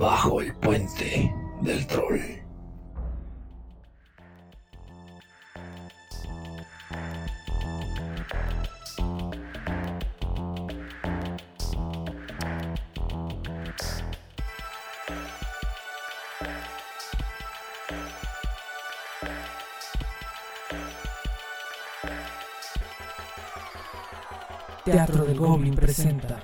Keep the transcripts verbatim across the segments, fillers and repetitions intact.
bajo el puente del troll. Teatro del Goblin presenta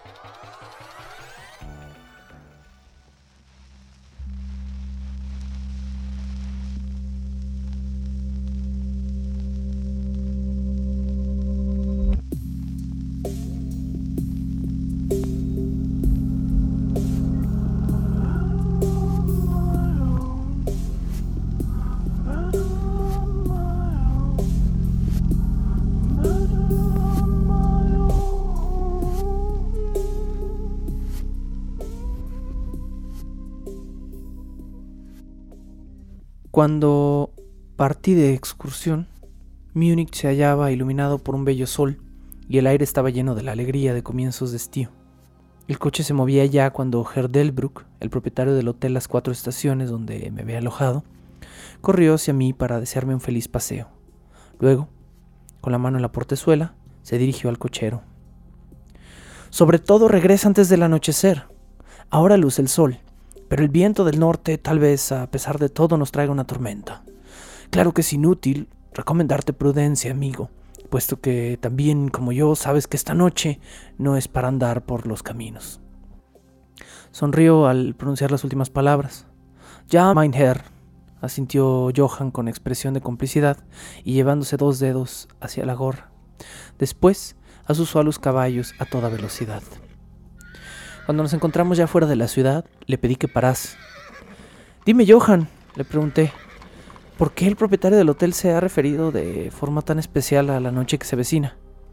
Cuando partí de excursión, Múnich se hallaba iluminado por un bello sol y el aire estaba lleno de la alegría de comienzos de estío. El coche se movía ya cuando Herr Delbrück, el propietario del hotel Las Cuatro Estaciones donde me había alojado, corrió hacia mí para desearme un feliz paseo. Luego, con la mano en la portezuela, se dirigió al cochero. «Sobre todo regresa antes del anochecer. Ahora luce el sol. Pero el viento del norte tal vez, a pesar de todo, nos traiga una tormenta. Claro que es inútil recomendarte prudencia, amigo, puesto que también, como yo, sabes que esta noche no es para andar por los caminos». Sonrió al pronunciar las últimas palabras. «Ya, mein Herr», asintió Johann con expresión de complicidad y llevándose dos dedos hacia la gorra. Después azuzó a los caballos a toda velocidad. Cuando nos encontramos ya fuera de la ciudad, le pedí que parase. «Dime, Johann», le pregunté, «¿por qué el propietario del hotel se ha referido de forma tan especial a la noche que se avecina?»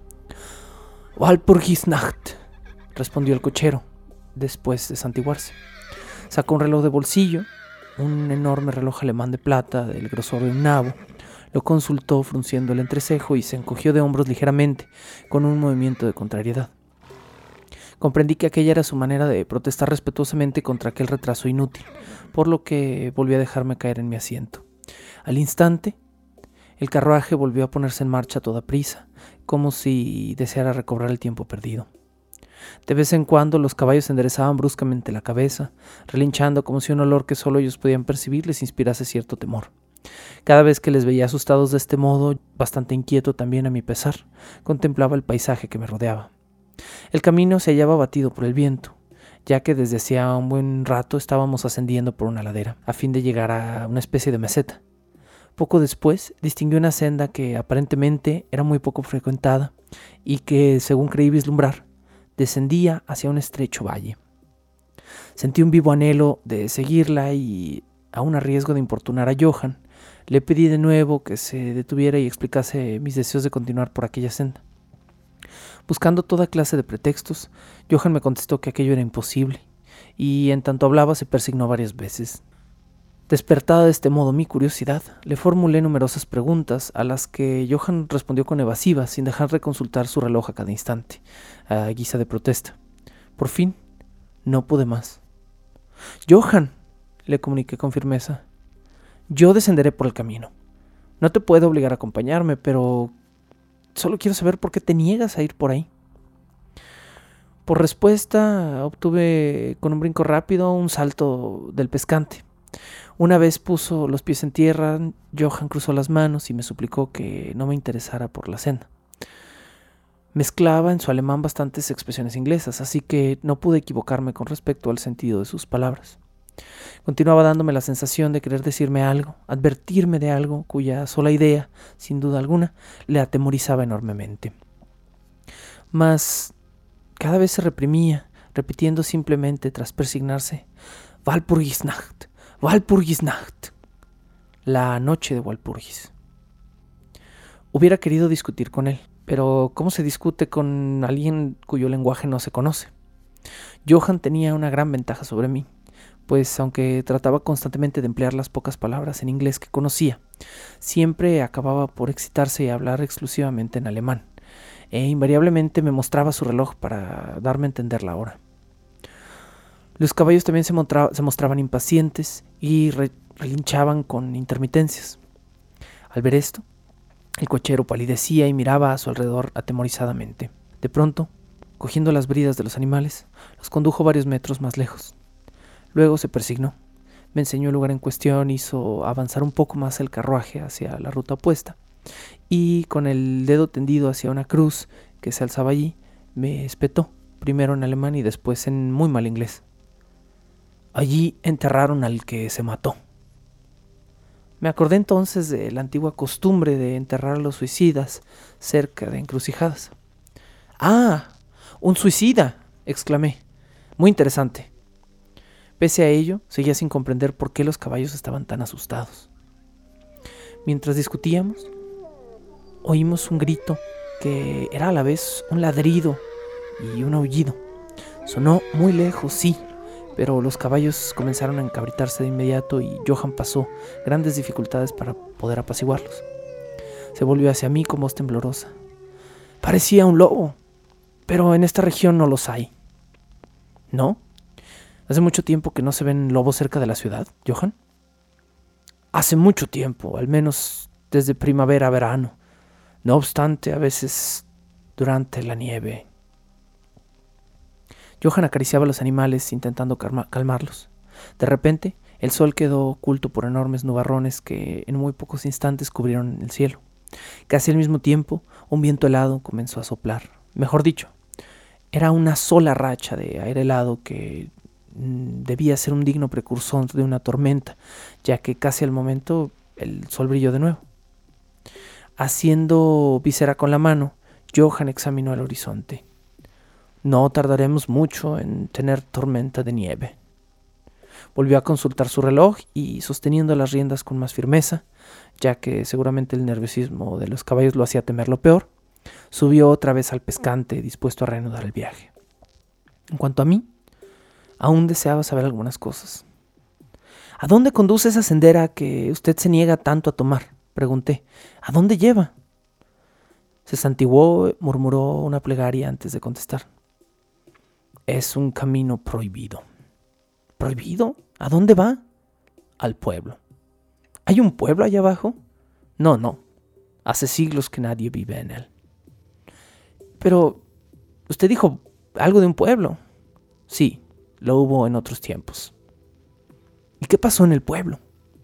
«Walpurgisnacht», respondió el cochero, después de santiguarse. Sacó un reloj de bolsillo, un enorme reloj alemán de plata del grosor de un nabo. Lo consultó frunciendo el entrecejo y se encogió de hombros ligeramente, con un movimiento de contrariedad. Comprendí que aquella era su manera de protestar respetuosamente contra aquel retraso inútil, por lo que volví a dejarme caer en mi asiento. Al instante, el carruaje volvió a ponerse en marcha a toda prisa, como si deseara recobrar el tiempo perdido. De vez en cuando los caballos enderezaban bruscamente la cabeza, relinchando como si un olor que solo ellos podían percibir les inspirase cierto temor. Cada vez que les veía asustados de este modo, bastante inquieto también a mi pesar, contemplaba el paisaje que me rodeaba. El camino se hallaba batido por el viento, ya que desde hacía un buen rato estábamos ascendiendo por una ladera, a fin de llegar a una especie de meseta. Poco después distinguí una senda que aparentemente era muy poco frecuentada y que, según creí vislumbrar, descendía hacia un estrecho valle. Sentí un vivo anhelo de seguirla y, aun a riesgo de importunar a Johann, le pedí de nuevo que se detuviera y explicase mis deseos de continuar por aquella senda. Buscando toda clase de pretextos, Johann me contestó que aquello era imposible, y en tanto hablaba se persignó varias veces. Despertada de este modo mi curiosidad, le formulé numerosas preguntas, a las que Johann respondió con evasivas, sin dejar de consultar su reloj a cada instante, a guisa de protesta. Por fin, no pude más. «Johann», le comuniqué con firmeza, «yo descenderé por el camino. No te puedo obligar a acompañarme, pero solo quiero saber por qué te niegas a ir por ahí». Por respuesta, obtuve con un brinco rápido un salto del pescante. Una vez puso los pies en tierra, Johann cruzó las manos y me suplicó que no me interesara por la senda. Mezclaba en su alemán bastantes expresiones inglesas, así que no pude equivocarme con respecto al sentido de sus palabras. Continuaba dándome la sensación de querer decirme algo, advertirme de algo cuya sola idea, sin duda alguna, le atemorizaba enormemente. Mas cada vez se reprimía, repitiendo simplemente tras persignarse: «Walpurgisnacht, Walpurgisnacht», la noche de Walpurgis. Hubiera querido discutir con él, pero ¿cómo se discute con alguien cuyo lenguaje no se conoce? Johann tenía una gran ventaja sobre mí, pues aunque trataba constantemente de emplear las pocas palabras en inglés que conocía, siempre acababa por excitarse y hablar exclusivamente en alemán, e invariablemente me mostraba su reloj para darme a entender la hora. Los caballos también se, montra- se mostraban impacientes y re- relinchaban con intermitencias. Al ver esto, el cochero palidecía y miraba a su alrededor atemorizadamente. De pronto, cogiendo las bridas de los animales, los condujo varios metros más lejos. Luego se persignó, me enseñó el lugar en cuestión, hizo avanzar un poco más el carruaje hacia la ruta opuesta y, con el dedo tendido hacia una cruz que se alzaba allí, me espetó, primero en alemán y después en muy mal inglés. Allí enterraron al que se mató. Me acordé entonces de la antigua costumbre de enterrar a los suicidas cerca de encrucijadas. ¡Ah! ¡Un suicida!, exclamé. Muy interesante. Pese a ello, seguía sin comprender por qué los caballos estaban tan asustados. Mientras discutíamos, oímos un grito que era a la vez un ladrido y un aullido. Sonó muy lejos, sí, pero los caballos comenzaron a encabritarse de inmediato y Johann pasó grandes dificultades para poder apaciguarlos. Se volvió hacia mí con voz temblorosa. Parecía un lobo, pero en esta región no los hay. ¿No? ¿Hace mucho tiempo que no se ven lobos cerca de la ciudad, Johann? Hace mucho tiempo, al menos desde primavera a verano. No obstante, a veces durante la nieve. Johann acariciaba a los animales intentando calma- calmarlos. De repente, el sol quedó oculto por enormes nubarrones que en muy pocos instantes cubrieron el cielo. Casi al mismo tiempo, un viento helado comenzó a soplar. Mejor dicho, era una sola racha de aire helado que mm, debía ser un digno precursor de una tormenta, ya que casi al momento el sol brilló de nuevo. Haciendo visera con la mano, Johann examinó el horizonte. No tardaremos mucho en tener tormenta de nieve. Volvió a consultar su reloj y, sosteniendo las riendas con más firmeza, ya que seguramente el nerviosismo de los caballos lo hacía temer lo peor, subió otra vez al pescante, dispuesto a reanudar el viaje. En cuanto a mí, aún deseaba saber algunas cosas. ¿A dónde conduce esa sendera que usted se niega tanto a tomar?, pregunté. ¿A dónde lleva? Se santiguó, murmuró una plegaria antes de contestar. Es un camino prohibido. ¿Prohibido? ¿A dónde va? Al pueblo. ¿Hay un pueblo allá abajo? No, no. Hace siglos que nadie vive en él. Pero usted dijo algo de un pueblo. Sí, lo hubo en otros tiempos. ¿Y qué pasó en el pueblo?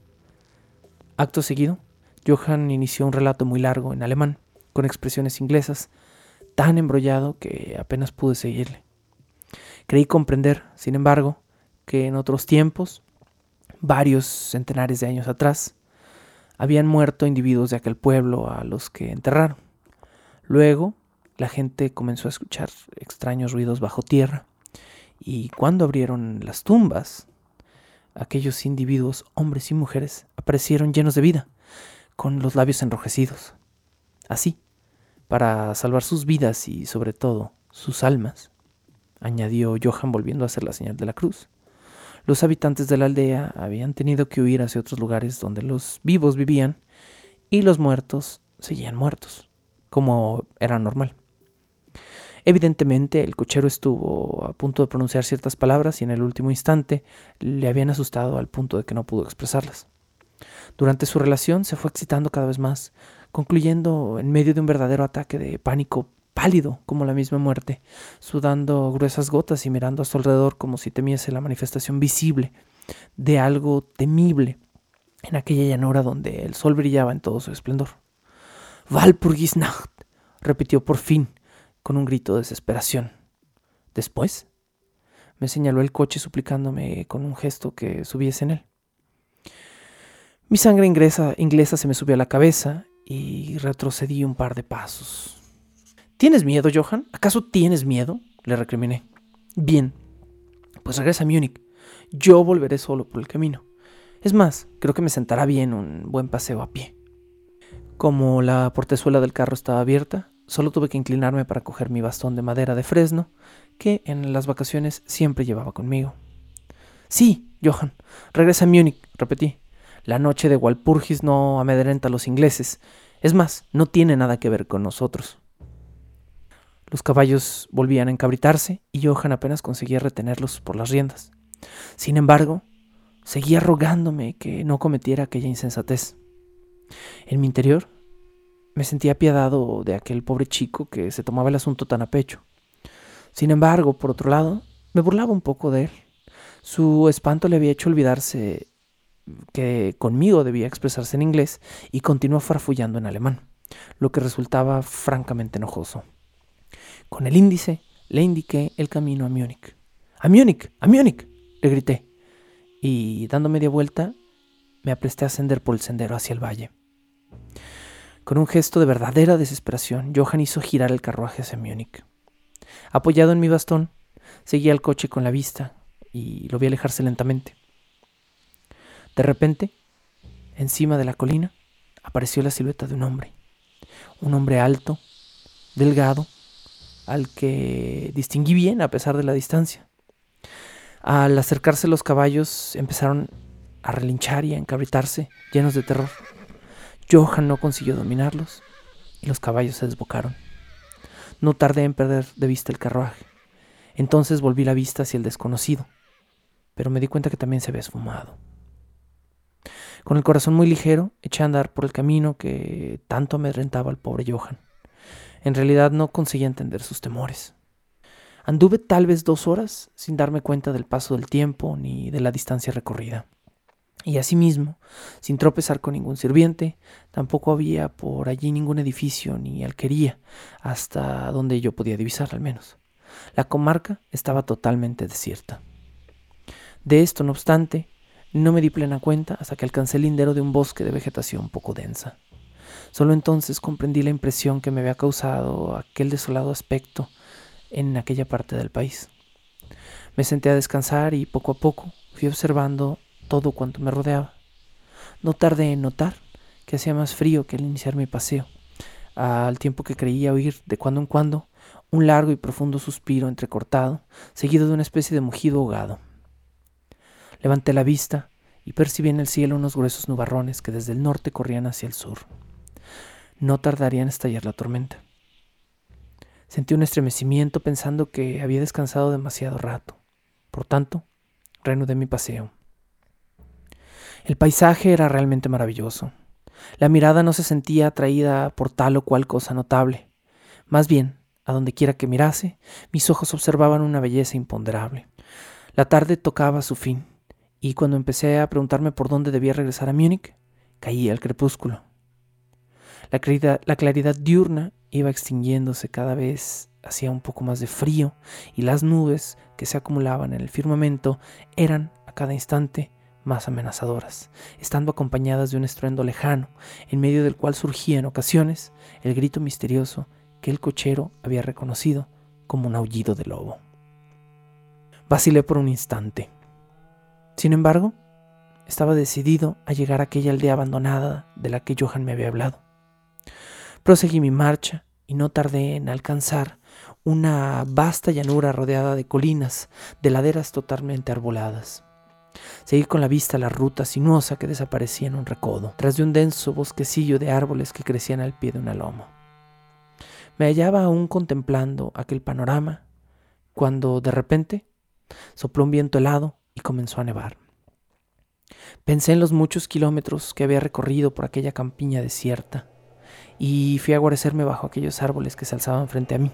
Acto seguido, Johann inició un relato muy largo en alemán, con expresiones inglesas, tan embrollado que apenas pude seguirle. Creí comprender, sin embargo, que en otros tiempos, varios centenares de años atrás, habían muerto individuos de aquel pueblo a los que enterraron. Luego, la gente comenzó a escuchar extraños ruidos bajo tierra, y cuando abrieron las tumbas, aquellos individuos, hombres y mujeres, aparecieron llenos de vida, con los labios enrojecidos. Así, para salvar sus vidas y, sobre todo, sus almas, añadió Johann volviendo a hacer la señal de la cruz, los habitantes de la aldea habían tenido que huir hacia otros lugares donde los vivos vivían y los muertos seguían muertos, como era normal. Evidentemente, el cochero estuvo a punto de pronunciar ciertas palabras y en el último instante le habían asustado al punto de que no pudo expresarlas. Durante su relación se fue excitando cada vez más, concluyendo en medio de un verdadero ataque de pánico, pálido como la misma muerte, sudando gruesas gotas y mirando a su alrededor como si temiese la manifestación visible de algo temible en aquella llanura donde el sol brillaba en todo su esplendor. Walpurgisnacht, repitió por fin, con un grito de desesperación. Después, me señaló el coche suplicándome con un gesto que subiese en él. Mi sangre inglesa, inglesa se me subió a la cabeza y retrocedí un par de pasos. ¿Tienes miedo, Johann? ¿Acaso tienes miedo?, le recriminé. Bien, pues regresa a Múnich. Yo volveré solo por el camino. Es más, creo que me sentará bien un buen paseo a pie. Como la portezuela del carro estaba abierta, solo tuve que inclinarme para coger mi bastón de madera de fresno, que en las vacaciones siempre llevaba conmigo. Sí, Johann, regresa a Múnich, repetí. La noche de Walpurgis no amedrenta a los ingleses. Es más, no tiene nada que ver con nosotros. Los caballos volvían a encabritarse y Johann apenas conseguía retenerlos por las riendas. Sin embargo, seguía rogándome que no cometiera aquella insensatez. En mi interior, me sentía apiadado de aquel pobre chico que se tomaba el asunto tan a pecho. Sin embargo, por otro lado, me burlaba un poco de él. Su espanto le había hecho olvidarse que conmigo debía expresarse en inglés y continuó farfullando en alemán, lo que resultaba francamente enojoso. Con el índice le indiqué el camino a Múnich. ¡A Múnich! ¡A Múnich!, le grité, y dando media vuelta me apresté a ascender por el sendero hacia el valle. Con un gesto de verdadera desesperación, Johann hizo girar el carruaje hacia Múnich. Apoyado en mi bastón, seguía el coche con la vista y lo vi alejarse lentamente. De repente, encima de la colina, apareció la silueta de un hombre. Un hombre alto, delgado, al que distinguí bien a pesar de la distancia. Al acercarse los caballos, empezaron a relinchar y a encabritarse, llenos de terror. Johann no consiguió dominarlos y los caballos se desbocaron. No tardé en perder de vista el carruaje. Entonces volví la vista hacia el desconocido, pero me di cuenta que también se había esfumado. Con el corazón muy ligero, eché a andar por el camino que tanto amedrentaba al pobre Johann. En realidad no conseguía entender sus temores. Anduve tal vez dos horas sin darme cuenta del paso del tiempo ni de la distancia recorrida. Y asimismo, sin tropezar con ningún sirviente, tampoco había por allí ningún edificio ni alquería, hasta donde yo podía divisar al menos. La comarca estaba totalmente desierta. De esto, no obstante, no me di plena cuenta hasta que alcancé el lindero de un bosque de vegetación poco densa. Solo entonces comprendí la impresión que me había causado aquel desolado aspecto en aquella parte del país. Me senté a descansar y poco a poco fui observando todo cuanto me rodeaba. No tardé en notar que hacía más frío que al iniciar mi paseo, al tiempo que creía oír de cuando en cuando un largo y profundo suspiro entrecortado, seguido de una especie de mugido ahogado. Levanté la vista y percibí en el cielo unos gruesos nubarrones que desde el norte corrían hacia el sur. No tardaría en estallar la tormenta. Sentí un estremecimiento pensando que había descansado demasiado rato. Por tanto, reanudé mi paseo. El paisaje era realmente maravilloso. La mirada no se sentía atraída por tal o cual cosa notable. Más bien, a donde quiera que mirase, mis ojos observaban una belleza imponderable. La tarde tocaba su fin, y cuando empecé a preguntarme por dónde debía regresar a Múnich, caía el crepúsculo. La claridad, la claridad diurna iba extinguiéndose cada vez, hacía un poco más de frío, y las nubes que se acumulaban en el firmamento eran, a cada instante, más amenazadoras, estando acompañadas de un estruendo lejano, en medio del cual surgía en ocasiones el grito misterioso que el cochero había reconocido como un aullido de lobo. Vacilé por un instante. Sin embargo, estaba decidido a llegar a aquella aldea abandonada de la que Johann me había hablado. Proseguí mi marcha y no tardé en alcanzar una vasta llanura rodeada de colinas, de laderas totalmente arboladas. Seguí con la vista la ruta sinuosa que desaparecía en un recodo, tras de un denso bosquecillo de árboles que crecían al pie de una loma. Me hallaba aún contemplando aquel panorama, cuando de repente sopló un viento helado y comenzó a nevar. Pensé en los muchos kilómetros que había recorrido por aquella campiña desierta y fui a guarecerme bajo aquellos árboles que se alzaban frente a mí.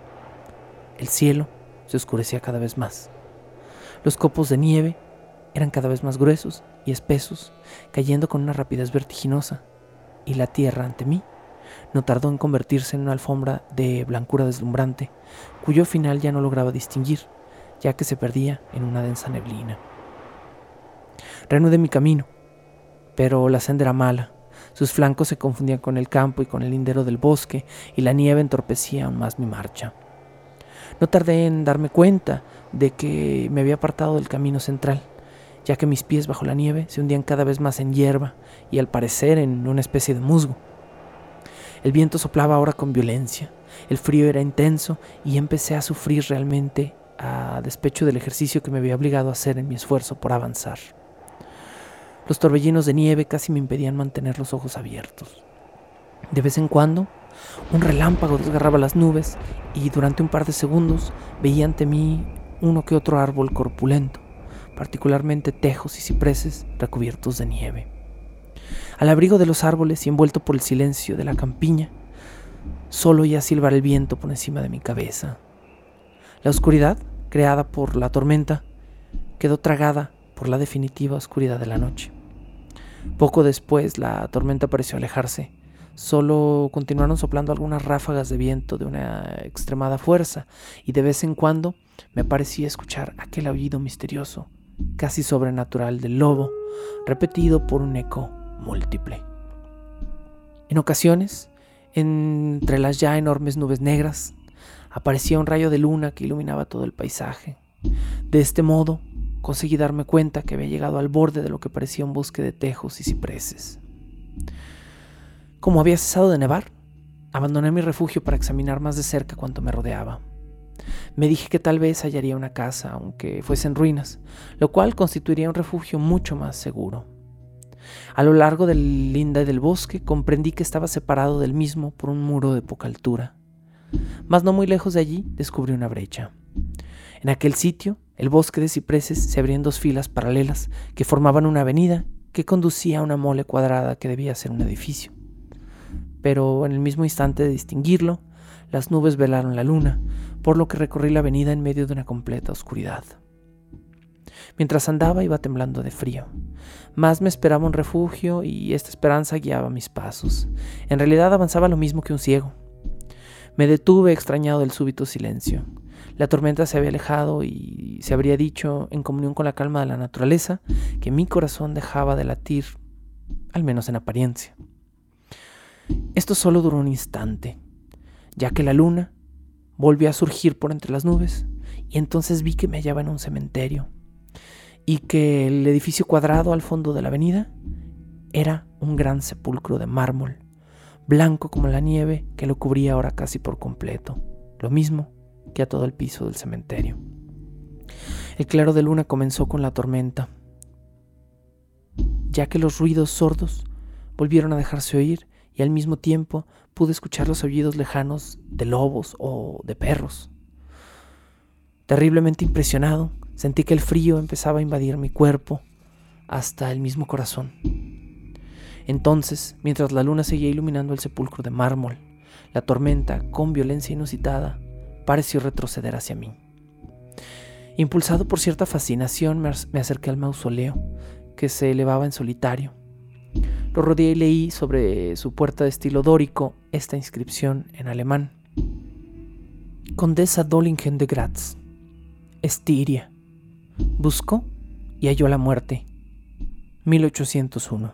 El cielo se oscurecía cada vez más. Los copos de nieve eran cada vez más gruesos y espesos, cayendo con una rapidez vertiginosa, y la tierra ante mí no tardó en convertirse en una alfombra de blancura deslumbrante, cuyo final ya no lograba distinguir, ya que se perdía en una densa neblina. Reanudé mi camino, pero la senda era mala. Sus flancos se confundían con el campo y con el lindero del bosque, y la nieve entorpecía aún más mi marcha. No tardé en darme cuenta de que me había apartado del camino central, ya que mis pies bajo la nieve se hundían cada vez más en hierba y al parecer en una especie de musgo. El viento soplaba ahora con violencia, el frío era intenso y empecé a sufrir realmente a despecho del ejercicio que me había obligado a hacer en mi esfuerzo por avanzar. Los torbellinos de nieve casi me impedían mantener los ojos abiertos. De vez en cuando, un relámpago desgarraba las nubes y durante un par de segundos veía ante mí uno que otro árbol corpulento, particularmente tejos y cipreses recubiertos de nieve. Al abrigo de los árboles y envuelto por el silencio de la campiña, solo oía silbar el viento por encima de mi cabeza. La oscuridad, creada por la tormenta, quedó tragada por la definitiva oscuridad de la noche. Poco después la tormenta pareció alejarse. Solo continuaron soplando algunas ráfagas de viento de una extremada fuerza, y de vez en cuando me parecía escuchar aquel aullido misterioso, casi sobrenatural del lobo, repetido por un eco múltiple. En ocasiones, entre las ya enormes nubes negras, aparecía un rayo de luna que iluminaba todo el paisaje. De este modo, conseguí darme cuenta que había llegado al borde de lo que parecía un bosque de tejos y cipreses. Como había cesado de nevar, abandoné mi refugio para examinar más de cerca cuanto me rodeaba. Me dije que tal vez hallaría una casa, aunque fuese en ruinas, lo cual constituiría un refugio mucho más seguro. A lo largo del linde del bosque comprendí que estaba separado del mismo por un muro de poca altura. Mas no muy lejos de allí descubrí una brecha. En aquel sitio, el bosque de cipreses se abría en dos filas paralelas que formaban una avenida que conducía a una mole cuadrada que debía ser un edificio. Pero en el mismo instante de distinguirlo, las nubes velaron la luna, por lo que recorrí la avenida en medio de una completa oscuridad. Mientras andaba iba temblando de frío. Más me esperaba un refugio y esta esperanza guiaba mis pasos. En realidad avanzaba lo mismo que un ciego. Me detuve extrañado del súbito silencio. La tormenta se había alejado y se habría dicho, en comunión con la calma de la naturaleza, que mi corazón dejaba de latir, al menos en apariencia. Esto solo duró un instante, ya que la luna volvió a surgir por entre las nubes, y entonces vi que me hallaba en un cementerio, y que el edificio cuadrado al fondo de la avenida era un gran sepulcro de mármol, blanco como la nieve que lo cubría ahora casi por completo, lo mismo que a todo el piso del cementerio. El claro de luna comenzó con la tormenta, ya que los ruidos sordos volvieron a dejarse oír, y al mismo tiempo pude escuchar los aullidos lejanos de lobos o de perros. Terriblemente impresionado, sentí que el frío empezaba a invadir mi cuerpo hasta el mismo corazón. Entonces, mientras la luna seguía iluminando el sepulcro de mármol, la tormenta, con violencia inusitada, pareció retroceder hacia mí. Impulsado por cierta fascinación, me acerqué al mausoleo, que se elevaba en solitario. Lo rodeé y leí sobre su puerta de estilo dórico esta inscripción en alemán: Condesa Dollingen de Graz, Estiria. Buscó y halló la muerte. mil ochocientos uno.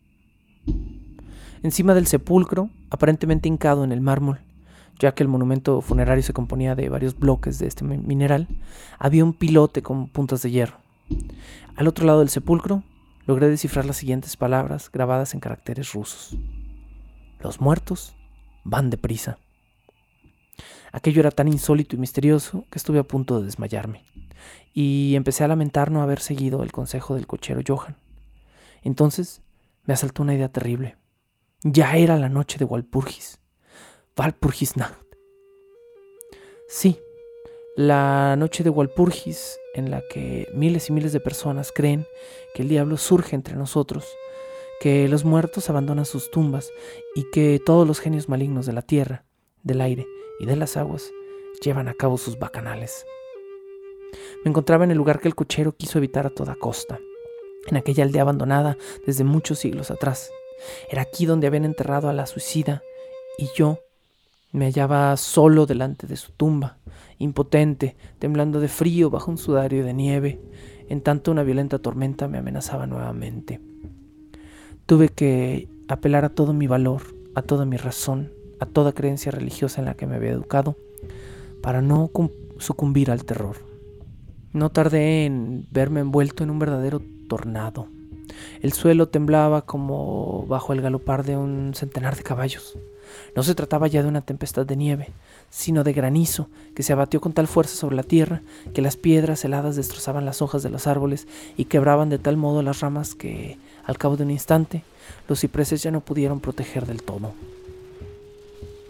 Encima del sepulcro, aparentemente hincado en el mármol, ya que el monumento funerario se componía de varios bloques de este mineral, había un pilote con puntas de hierro. Al otro lado del sepulcro, logré descifrar las siguientes palabras grabadas en caracteres rusos: los muertos van deprisa. Aquello era tan insólito y misterioso que estuve a punto de desmayarme, y empecé a lamentar no haber seguido el consejo del cochero Johann. Entonces me asaltó una idea terrible. Ya era la noche de Walpurgis. Walpurgisnacht. Sí, la noche de Walpurgis, en la que miles y miles de personas creen que el diablo surge entre nosotros, que los muertos abandonan sus tumbas y que todos los genios malignos de la tierra, del aire y de las aguas llevan a cabo sus bacanales. Me encontraba en el lugar que el cochero quiso evitar a toda costa, en aquella aldea abandonada desde muchos siglos atrás. Era aquí donde habían enterrado a la suicida, y yo me hallaba solo delante de su tumba, impotente, temblando de frío bajo un sudario de nieve, en tanto una violenta tormenta me amenazaba nuevamente. Tuve que apelar a todo mi valor, a toda mi razón, a toda creencia religiosa en la que me había educado, para no sucumbir al terror. No tardé en verme envuelto en un verdadero tornado. El suelo temblaba como bajo el galopar de un centenar de caballos. No se trataba ya de una tempestad de nieve, sino de granizo que se abatió con tal fuerza sobre la tierra que las piedras heladas destrozaban las hojas de los árboles y quebraban de tal modo las ramas que, al cabo de un instante, los cipreses ya no pudieron proteger del todo.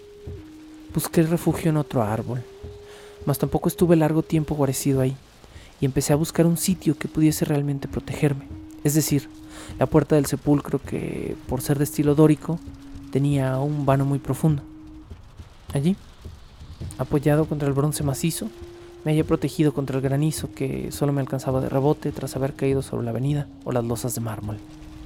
Busqué refugio en otro árbol, mas tampoco estuve largo tiempo guarecido ahí, y empecé a buscar un sitio que pudiese realmente protegerme, es decir, la puerta del sepulcro que, por ser de estilo dórico, tenía un vano muy profundo. Allí, apoyado contra el bronce macizo, me hallé protegido contra el granizo que solo me alcanzaba de rebote tras haber caído sobre la avenida o las losas de mármol.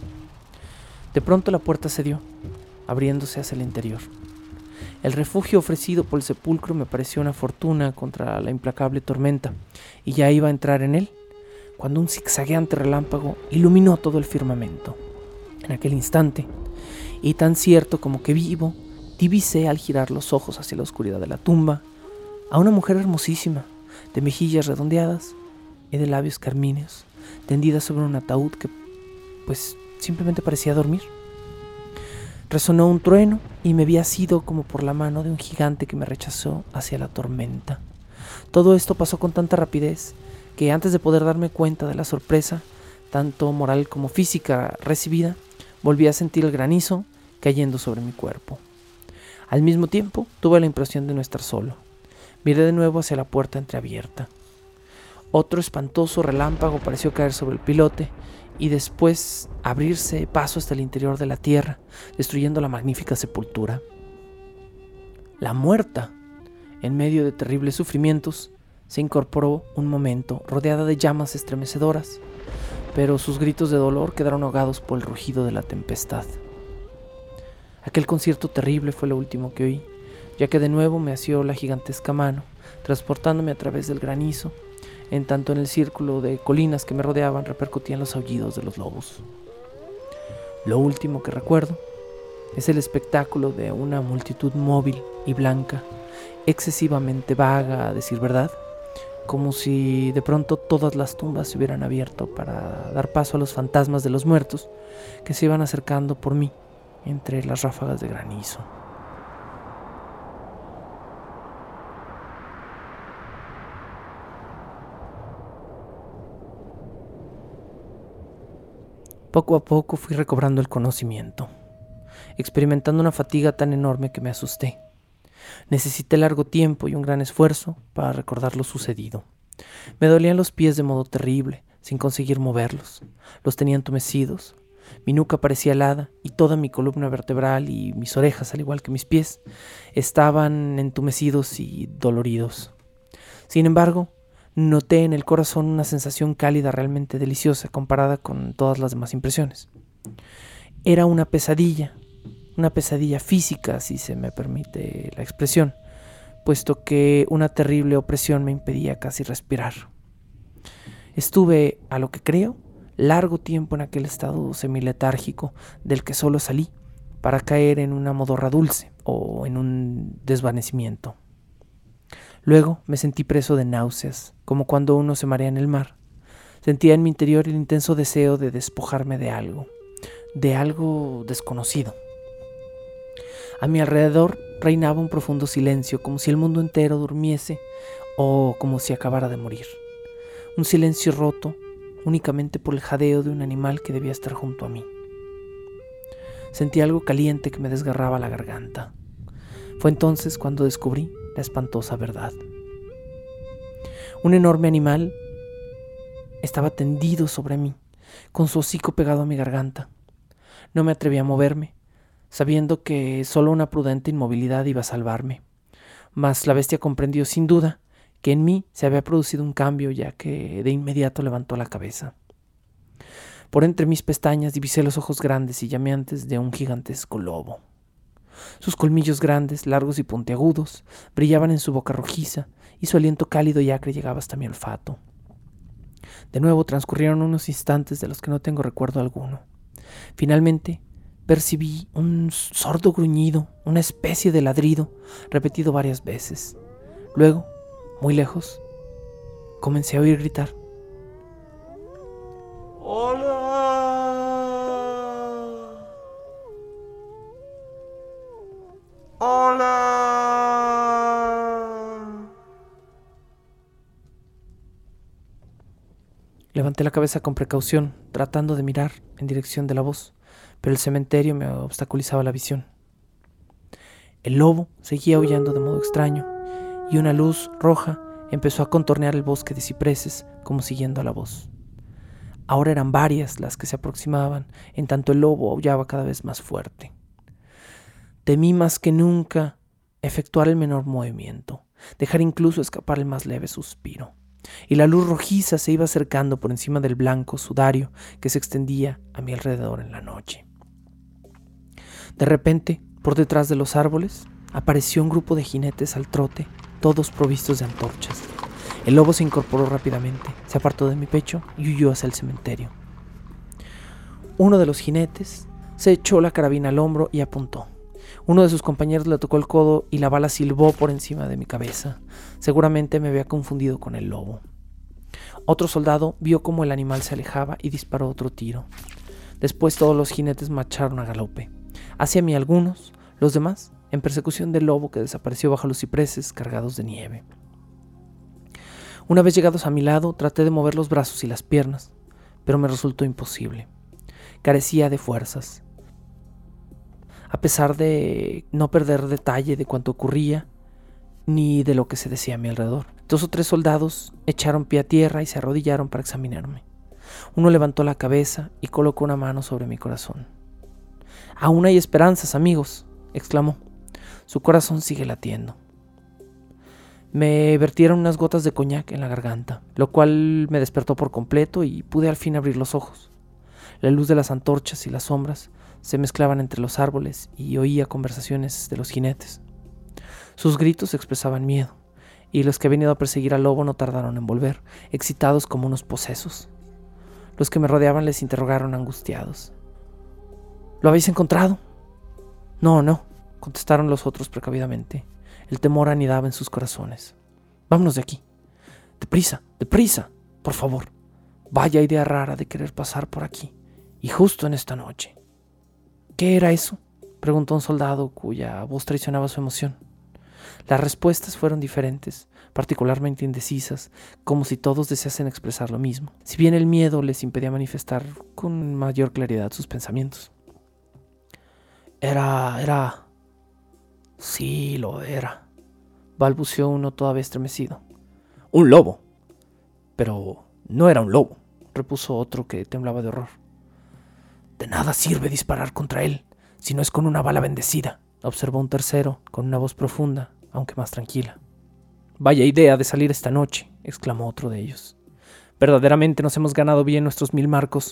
De pronto la puerta cedió, abriéndose hacia el interior. El refugio ofrecido por el sepulcro me pareció una fortuna contra la implacable tormenta, y ya iba a entrar en él, cuando un zigzagueante relámpago iluminó todo el firmamento. En aquel instante, y tan cierto como que vivo, divisé al girar los ojos hacia la oscuridad de la tumba a una mujer hermosísima, de mejillas redondeadas y de labios carmíneos, tendida sobre un ataúd que, pues, simplemente parecía dormir. Resonó un trueno y me vi asido como por la mano de un gigante que me rechazó hacia la tormenta. Todo esto pasó con tanta rapidez que antes de poder darme cuenta de la sorpresa, tanto moral como física recibida, volví a sentir el granizo cayendo sobre mi cuerpo. Al mismo tiempo, tuve la impresión de no estar solo. Miré de nuevo hacia la puerta entreabierta. Otro espantoso relámpago pareció caer sobre el pilote y después abrirse paso hasta el interior de la tierra, destruyendo la magnífica sepultura. La muerta, en medio de terribles sufrimientos, se incorporó un momento, rodeada de llamas estremecedoras, pero sus gritos de dolor quedaron ahogados por el rugido de la tempestad. Aquel concierto terrible fue lo último que oí, ya que de nuevo me asió la gigantesca mano, transportándome a través del granizo, en tanto en el círculo de colinas que me rodeaban repercutían los aullidos de los lobos. Lo último que recuerdo es el espectáculo de una multitud móvil y blanca, excesivamente vaga, a decir verdad, como si de pronto todas las tumbas se hubieran abierto para dar paso a los fantasmas de los muertos que se iban acercando por mí entre las ráfagas de granizo. Poco a poco fui recobrando el conocimiento, experimentando una fatiga tan enorme que me asusté. Necesité largo tiempo y un gran esfuerzo para recordar lo sucedido. Me dolían los pies de modo terrible, sin conseguir moverlos. Los tenía entumecidos. Mi nuca parecía helada y toda mi columna vertebral y mis orejas, al igual que mis pies, estaban entumecidos y doloridos. Sin embargo, noté en el corazón una sensación cálida realmente deliciosa comparada con todas las demás impresiones. Era una pesadilla, una pesadilla física, si se me permite la expresión, puesto que una terrible opresión me impedía casi respirar. Estuve, a lo que creo, largo tiempo en aquel estado semiletárgico del que solo salí para caer en una modorra dulce o en un desvanecimiento. Luego me sentí preso de náuseas, como cuando uno se marea en el mar. Sentía en mi interior el intenso deseo de despojarme de algo, de algo desconocido. A mi alrededor reinaba un profundo silencio, como si el mundo entero durmiese o como si acabara de morir. Un silencio roto únicamente por el jadeo de un animal que debía estar junto a mí. Sentí algo caliente que me desgarraba la garganta. Fue entonces cuando descubrí la espantosa verdad. Un enorme animal estaba tendido sobre mí, con su hocico pegado a mi garganta. No me atreví a moverme, sabiendo que solo una prudente inmovilidad iba a salvarme. Mas la bestia comprendió sin duda que en mí se había producido un cambio, ya que de inmediato levantó la cabeza. Por entre mis pestañas divisé los ojos grandes y llameantes de un gigantesco lobo. Sus colmillos grandes, largos y puntiagudos, brillaban en su boca rojiza y su aliento cálido y acre llegaba hasta mi olfato. De nuevo transcurrieron unos instantes de los que no tengo recuerdo alguno. Finalmente percibí un sordo gruñido, una especie de ladrido, repetido varias veces. Luego, muy lejos, comencé a oír gritar: ¡Hola! ¡Hola! Levanté la cabeza con precaución, tratando de mirar en dirección de la voz, pero el cementerio me obstaculizaba la visión. El lobo seguía aullando de modo extraño, y una luz roja Empezó a contornear el bosque de cipreses como siguiendo a la voz. Ahora eran varias las que se aproximaban, en tanto el lobo aullaba cada vez más fuerte. Temí más que nunca efectuar el menor movimiento, dejar incluso escapar el más leve suspiro, y la luz rojiza se iba acercando por encima del blanco sudario que se extendía a mi alrededor en la noche. De repente, por detrás de los árboles, apareció un grupo de jinetes al trote, todos provistos de antorchas. El lobo se incorporó rápidamente, se apartó de mi pecho y huyó hacia el cementerio. Uno de los jinetes se echó la carabina al hombro y apuntó. Uno de sus compañeros le tocó el codo y la bala silbó por encima de mi cabeza. Seguramente me había confundido con el lobo. Otro soldado vio cómo el animal se alejaba y disparó otro tiro. Después todos los jinetes marcharon a galope. Hacia mí algunos, los demás en persecución del lobo que desapareció bajo los cipreses cargados de nieve. Una vez llegados a mi lado, traté de mover los brazos y las piernas, pero me resultó imposible. Carecía de fuerzas. A pesar de no perder detalle de cuanto ocurría, ni de lo que se decía a mi alrededor. Dos o tres soldados echaron pie a tierra y se arrodillaron para examinarme. Uno levantó la cabeza y colocó una mano sobre mi corazón. «Aún hay esperanzas, amigos», exclamó. «Su corazón sigue latiendo». Me vertieron unas gotas de coñac en la garganta, lo cual me despertó por completo y pude al fin abrir los ojos. La luz de las antorchas y las sombras se mezclaban entre los árboles y oía conversaciones de los jinetes. Sus gritos expresaban miedo, y los que habían ido a perseguir al lobo no tardaron en volver, excitados como unos posesos. Los que me rodeaban les interrogaron angustiados. «¿Lo habéis encontrado?» «No, no», contestaron los otros precavidamente. El temor anidaba en sus corazones. «Vámonos de aquí. Deprisa, deprisa, por favor. Vaya idea rara de querer pasar por aquí, y justo en esta noche». «¿Qué era eso?», preguntó un soldado cuya voz traicionaba su emoción. Las respuestas fueron diferentes, particularmente indecisas, como si todos deseasen expresar lo mismo, si bien el miedo les impedía manifestar con mayor claridad sus pensamientos. Era... era... Sí, lo era, balbuceó uno todavía estremecido. «Un lobo». «Pero no era un lobo», repuso otro que temblaba de horror. «De nada sirve disparar contra él, si no es con una bala bendecida», observó un tercero con una voz profunda, aunque más tranquila. «Vaya idea de salir esta noche», exclamó otro de ellos. «Verdaderamente nos hemos ganado bien nuestros mil marcos».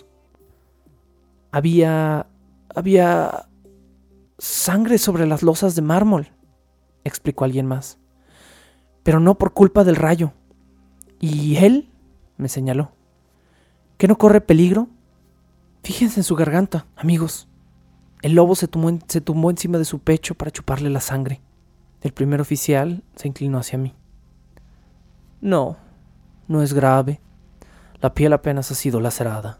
Había... había... sangre sobre las losas de mármol», explicó alguien más. «Pero no por culpa del rayo». «¿Y él?», me señaló. «¿Qué no corre peligro? Fíjense en su garganta, amigos». El lobo se tumbó, en, se tumbó encima de su pecho para chuparle la sangre. El primer oficial se inclinó hacia mí. «No, no es grave. La piel apenas ha sido lacerada.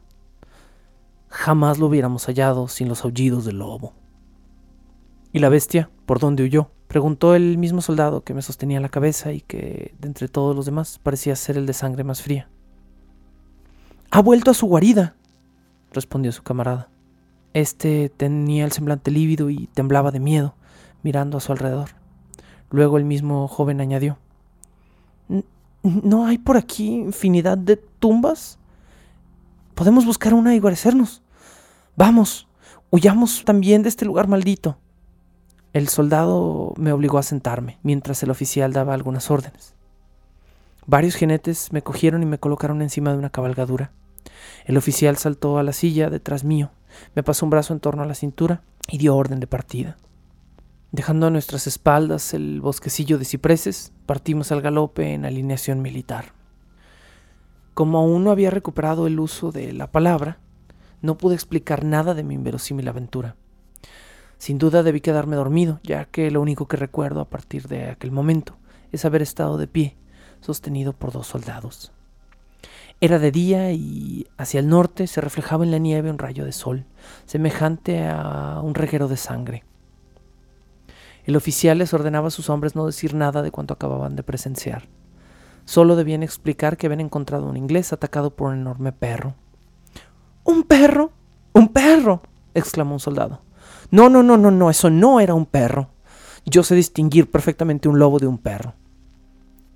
Jamás lo hubiéramos hallado sin los aullidos del lobo». «¿Y la bestia? ¿Por dónde huyó?», preguntó el mismo soldado que me sostenía la cabeza y que, de entre todos los demás, parecía ser el de sangre más fría. «Ha vuelto a su guarida», respondió su camarada. Este tenía el semblante lívido y temblaba de miedo, mirando a su alrededor. Luego el mismo joven añadió: «¿No hay por aquí infinidad de tumbas? Podemos buscar una y guarecernos. Vamos, huyamos también de este lugar maldito». El soldado me obligó a sentarme, mientras el oficial daba algunas órdenes. Varios jinetes me cogieron y me colocaron encima de una cabalgadura. El oficial saltó a la silla detrás mío, me pasó un brazo en torno a la cintura y dio orden de partida. Dejando a nuestras espaldas el bosquecillo de cipreses, partimos al galope en alineación militar. Como aún no había recuperado el uso de la palabra, no pude explicar nada de mi inverosímil aventura. Sin duda debí quedarme dormido, ya que lo único que recuerdo a partir de aquel momento es haber estado de pie, sostenido por dos soldados. Era de día y hacia el norte se reflejaba en la nieve un rayo de sol, semejante a un reguero de sangre. El oficial les ordenaba a sus hombres no decir nada de cuanto acababan de presenciar. Solo debían explicar que habían encontrado a un inglés atacado por un enorme perro. «¿Un perro? ¡Un perro!», exclamó un soldado. No, no, no, no, no, eso no era un perro. Yo sé distinguir perfectamente un lobo de un perro».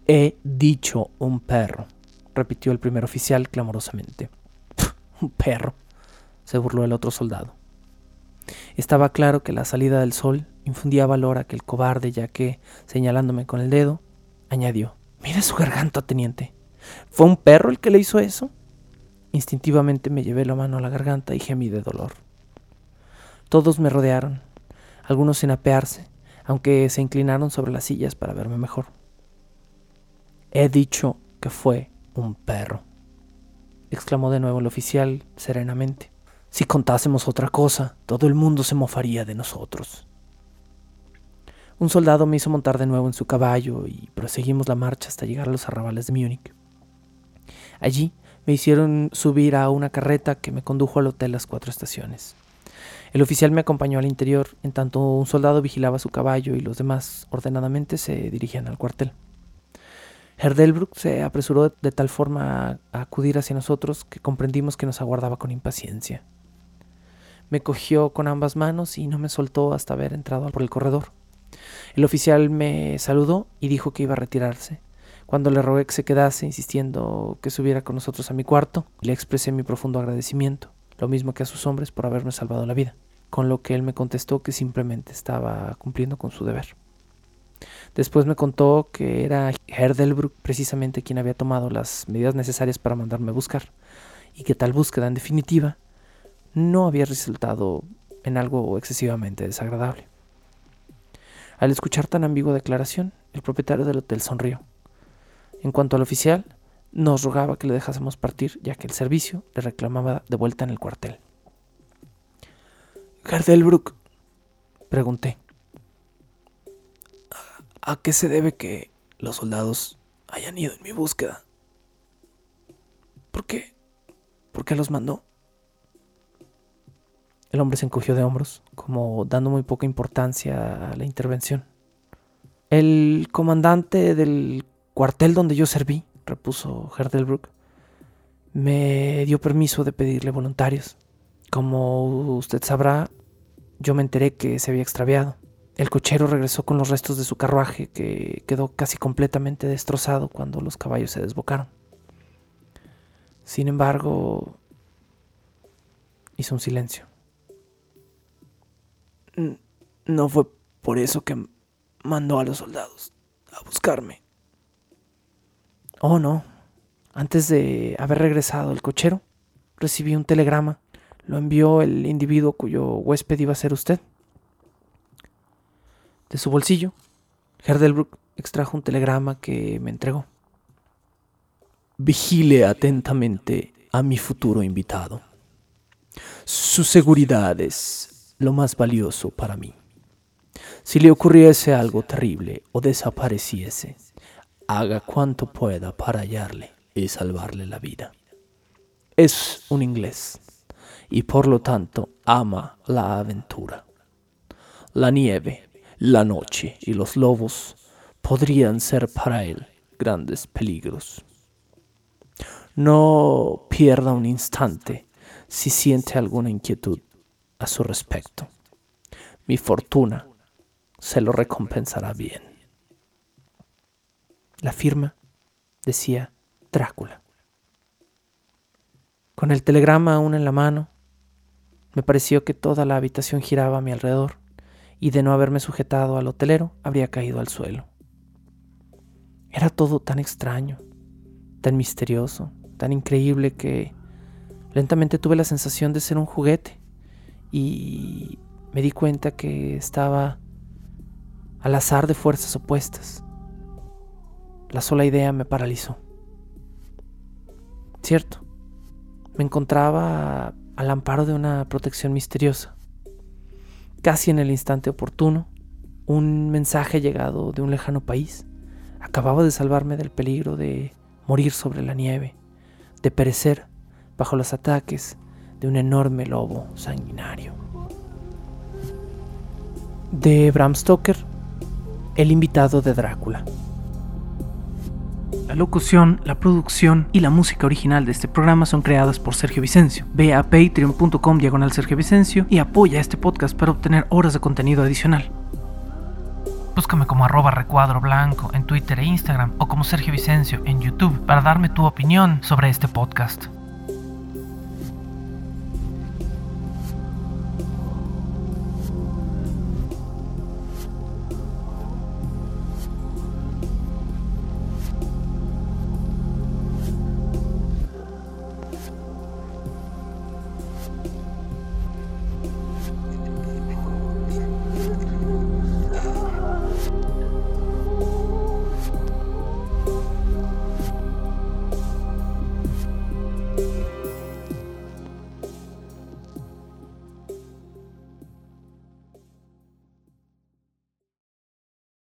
He dicho un perro, repitió el primer oficial clamorosamente. Un perro, se burló el otro soldado. Estaba claro que la salida del sol infundía valor a aquel cobarde, ya que, señalándome con el dedo, añadió: «Mire su garganta, teniente. ¿Fue un perro el que le hizo eso?» Instintivamente me llevé la mano a la garganta y gemí de dolor. Todos me rodearon, algunos sin apearse, aunque se inclinaron sobre las sillas para verme mejor. «He dicho que fue un perro», exclamó de nuevo el oficial serenamente. «Si contásemos otra cosa, todo el mundo se mofaría de nosotros». Un soldado me hizo montar de nuevo en su caballo y proseguimos la marcha hasta llegar a los arrabales de Múnich. Allí me hicieron subir a una carreta que me condujo al hotel Las Cuatro Estaciones. El oficial me acompañó al interior, en tanto un soldado vigilaba su caballo y los demás ordenadamente se dirigían al cuartel. Herr Delbrück se apresuró de, de tal forma a, a acudir hacia nosotros que comprendimos que nos aguardaba con impaciencia. Me cogió con ambas manos y no me soltó hasta haber entrado por el corredor. El oficial me saludó y dijo que iba a retirarse. Cuando le rogué que se quedase, insistiendo que subiera con nosotros a mi cuarto, le expresé mi profundo agradecimiento, lo mismo que a sus hombres por haberme salvado la vida, con lo que él me contestó que simplemente estaba cumpliendo con su deber. Después me contó que era Herr Delbrück precisamente quien había tomado las medidas necesarias para mandarme a buscar, y que tal búsqueda, en definitiva, no había resultado en algo excesivamente desagradable. Al escuchar tan ambigua declaración, el propietario del hotel sonrió. En cuanto al oficial, nos rogaba que le dejásemos partir, ya que el servicio le reclamaba de vuelta en el cuartel. «Herr Delbrück», pregunté, ¿a qué se debe que los soldados hayan ido en mi búsqueda? ¿Por qué? ¿Por qué los mandó?» El hombre se encogió de hombros, como dando muy poca importancia a la intervención. «El comandante del cuartel donde yo serví», repuso Herr Delbrück, «me dio permiso de pedirle voluntarios. Como usted sabrá, yo me enteré que se había extraviado. El cochero regresó con los restos de su carruaje, que quedó casi completamente destrozado cuando los caballos se desbocaron. Sin embargo...» Hizo un silencio. «No fue por eso que mandó a los soldados a buscarme». «Oh, no. Antes de haber regresado el cochero, recibí un telegrama. Lo envió el individuo cuyo huésped iba a ser usted». De su bolsillo, Herr Delbrück extrajo un telegrama que me entregó. «Vigile atentamente a mi futuro invitado. Su seguridad es lo más valioso para mí. Si le ocurriese algo terrible o desapareciese, haga cuanto pueda para hallarle y salvarle la vida. Es un inglés y por lo tanto ama la aventura. La nieve, la noche y los lobos podrían ser para él grandes peligros. No pierda un instante si siente alguna inquietud a su respecto. Mi fortuna se lo recompensará bien». La firma decía Drácula. Con el telegrama aún en la mano, me pareció que toda la habitación giraba a mi alrededor, y de no haberme sujetado al hotelero, habría caído al suelo. Era todo tan extraño, tan misterioso, tan increíble que lentamente tuve la sensación de ser un juguete y me di cuenta que estaba al azar de fuerzas opuestas. La sola idea me paralizó. Cierto, me encontraba al amparo de una protección misteriosa. Casi en el instante oportuno, un mensaje llegado de un lejano país acababa de salvarme del peligro de morir sobre la nieve, de perecer bajo los ataques de un enorme lobo sanguinario. De Bram Stoker, El invitado de Drácula. La locución, la producción y la música original de este programa son creadas por Sergio Vicencio. Ve a patreon punto com diagonal Sergio Vicencio y apoya este podcast para obtener horas de contenido adicional. Búscame como arroba recuadro blanco en Twitter e Instagram o como Sergio Vicencio en YouTube para darme tu opinión sobre este podcast.